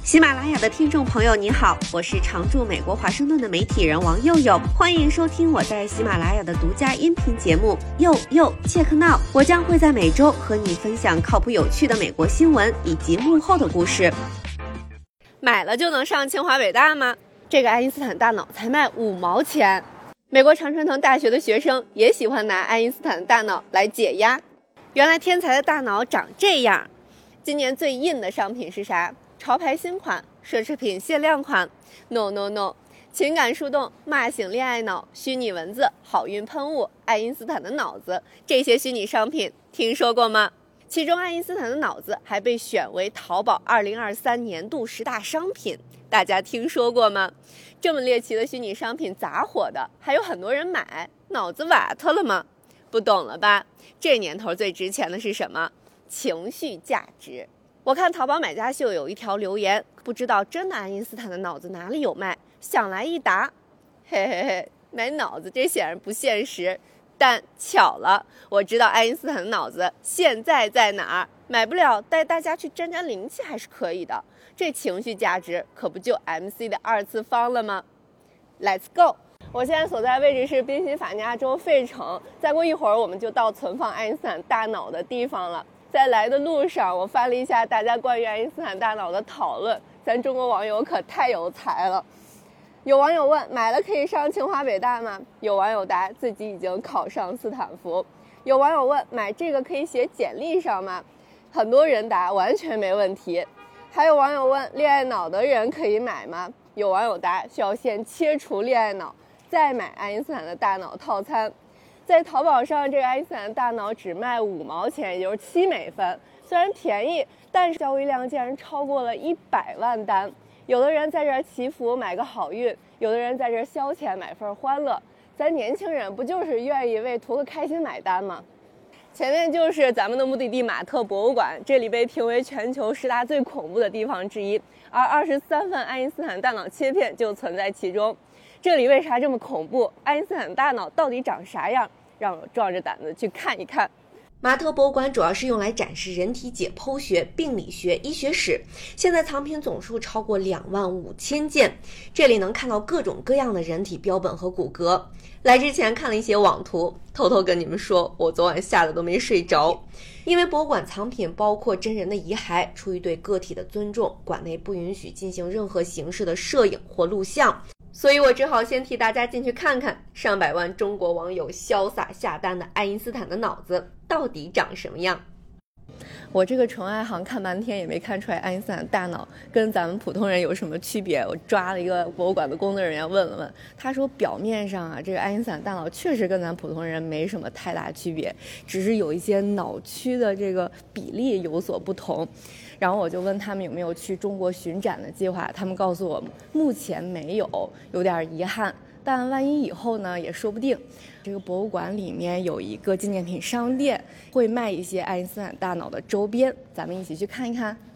喜马拉雅的听众朋友你好，我是常驻美国华盛顿的媒体人王佑佑，欢迎收听我在喜马拉雅的独家音频节目佑佑 Check Now。 我将会在每周和你分享靠谱有趣的美国新闻以及幕后的故事。买了就能上清华北大吗？这个爱因斯坦大脑才卖5毛钱。美国常春藤大学的学生也喜欢拿爱因斯坦的大脑来解压。原来天才的大脑长这样。今年最硬的商品是啥？潮牌新款、奢侈品限量款 ？No， 情感树洞、骂醒恋爱脑、虚拟文字、好运喷雾、爱因斯坦的脑子，这些虚拟商品听说过吗？其中爱因斯坦的脑子还被选为淘宝2023年度10大商品，大家听说过吗？这么猎奇的虚拟商品咋火的？还有很多人买，脑子瓦特了吗？不懂了吧？这年头最值钱的是什么？情绪价值。我看淘宝买家秀有一条留言，不知道真的爱因斯坦的脑子哪里有卖？想来一答，嘿嘿嘿，买脑子这显然不现实。但巧了，我知道爱因斯坦的脑子现在在哪儿，买不了，带大家去沾沾灵气还是可以的。这情绪价值可不就 MC 的2次方了吗？ Let's go。 我现在所在位置是宾夕法尼亚州费城，再过一会儿我们就到存放爱因斯坦大脑的地方了。在来的路上，我翻了一下大家关于爱因斯坦大脑的讨论，咱中国网友可太有才了。有网友问，买了可以上清华北大吗？有网友答，自己已经考上斯坦福。有网友问，买这个可以写简历上吗？很多人答完全没问题。还有网友问，恋爱脑的人可以买吗？有网友答，需要先切除恋爱脑，再买爱因斯坦的大脑套餐。在淘宝上，这个爱因斯坦的大脑只卖5毛钱，也就是7美分。虽然便宜，但是交易量竟然超过了100万单。有的人在这儿祈福买个好运，有的人在这儿消遣买份欢乐。咱年轻人不就是愿意为图个开心买单吗？前面就是咱们的目的地马特博物馆，这里被评为全球10大最恐怖的地方之一，而23份爱因斯坦大脑切片就存在其中。这里为啥这么恐怖？爱因斯坦大脑到底长啥样？让我壮着胆子去看一看。马特博物馆主要是用来展示人体解剖学、病理学、医学史，现在藏品总数超过25000件。这里能看到各种各样的人体标本和骨骼。来之前看了一些网图，偷偷跟你们说，我昨晚吓得都没睡着。因为博物馆藏品包括真人的遗骸，出于对个体的尊重，馆内不允许进行任何形式的摄影或录像，所以我只好先替大家进去看看上百万中国网友潇洒下单的爱因斯坦的脑子到底长什么样。我这个纯爱行看半天也没看出来爱因斯坦大脑跟咱们普通人有什么区别。我抓了一个博物馆的工作人员问了问，他说表面上这个爱因斯坦大脑确实跟咱普通人没什么太大区别，只是有一些脑区的这个比例有所不同。然后我就问他们有没有去中国巡展的计划，他们告诉我目前没有，有点遗憾，但万一以后呢也说不定。这个博物馆里面有一个纪念品商店，会卖一些爱因斯坦大脑的周边，咱们一起去看一看。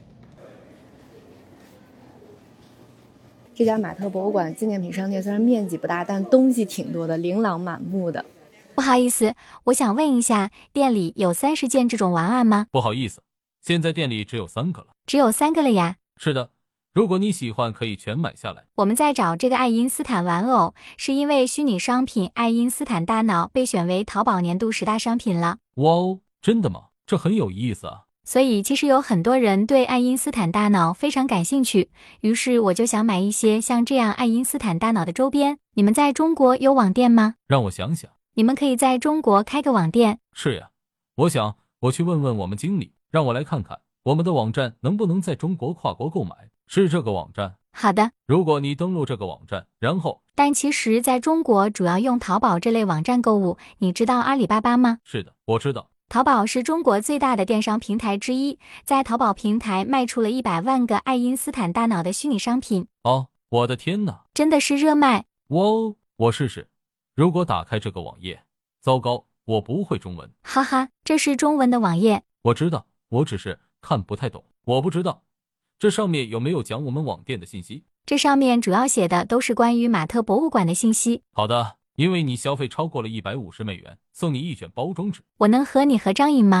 这家马特博物馆纪念品商店虽然面积不大，但东西挺多的，琳琅满目的。 不好意思，我想问一下，店里有30件这种玩偶吗？ 不好意思，现在店里只有3个了。 只有3个了呀？ 是的，如果你喜欢可以全买下来。 我们在找这个爱因斯坦玩偶，是因为虚拟商品爱因斯坦大脑被选为淘宝年度10大商品了。 哇哦，真的吗？这很有意思啊。 所以其实有很多人对爱因斯坦大脑非常感兴趣，于是我就想买一些像这样爱因斯坦大脑的周边。你们在中国有网店吗？ 让我想想。 你们可以在中国开个网店。 是呀，我去问问我们经理，让我来看看我们的网站能不能在中国跨国购买。是这个网站。 好的。 如果你登录这个网站，然后…… 但其实在中国主要用淘宝这类网站购物，你知道阿里巴巴吗？ 是的，我知道。 淘宝是中国最大的电商平台之一，在淘宝平台卖出了100万个爱因斯坦大脑的虚拟商品。 哦，我的天哪， 真的是热卖。 哇哦，我试试。如果打开这个网页，糟糕，我不会中文。 哈哈，这是中文的网页。 我知道，我只是看不太懂。我不知道这上面有没有讲我们网店的信息？ 这上面主要写的都是关于马特博物馆的信息。 好的，因为你消费超过了150美元，送你1卷包装纸。 我能和你合张影吗？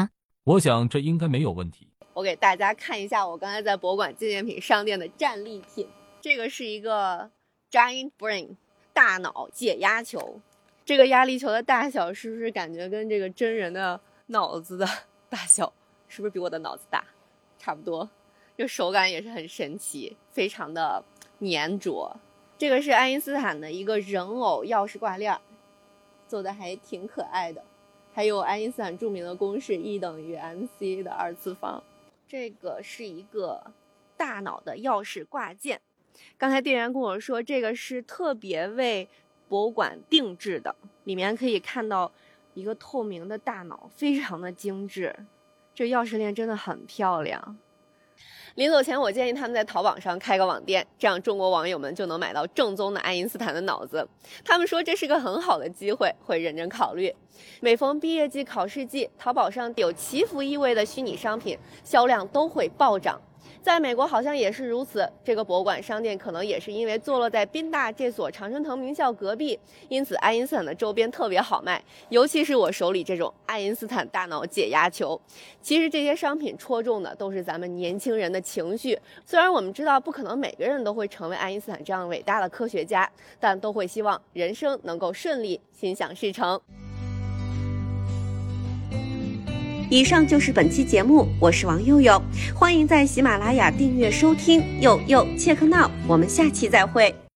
我想这应该没有问题。 我给大家看一下我刚才在博物馆纪念品商店的战利品，这个是一个 Giant Brain 大脑解压球，这个压力球的大小是不是感觉跟这个真人的脑子的大小是不是比我的脑子大？差不多。这手感也是很神奇，非常的粘着。这个是爱因斯坦的一个人偶钥匙挂链，做的还挺可爱的。还有爱因斯坦著名的公式 E 等于 mc 的二次方。这个是一个大脑的钥匙挂件，刚才店员跟我说这个是特别为博物馆定制的，里面可以看到一个透明的大脑，非常的精致。这钥匙链真的很漂亮。临走前我建议他们在淘宝上开个网店，这样中国网友们就能买到正宗的爱因斯坦的脑子。他们说这是个很好的机会，会认真考虑。每逢毕业季、考试季，淘宝上有祈福意味的虚拟商品销量都会暴涨。在美国好像也是如此，这个博物馆商店可能也是因为坐落在宾大这所常春藤名校隔壁，因此爱因斯坦的周边特别好卖，尤其是我手里这种爱因斯坦大脑解压球。其实这些商品戳中的都是咱们年轻人的情绪，虽然我们知道不可能每个人都会成为爱因斯坦这样伟大的科学家，但都会希望人生能够顺利，心想事成。 以上就是本期节目，我是王佑佑，欢迎在喜马拉雅订阅收听，佑佑切克闹，我们下期再会。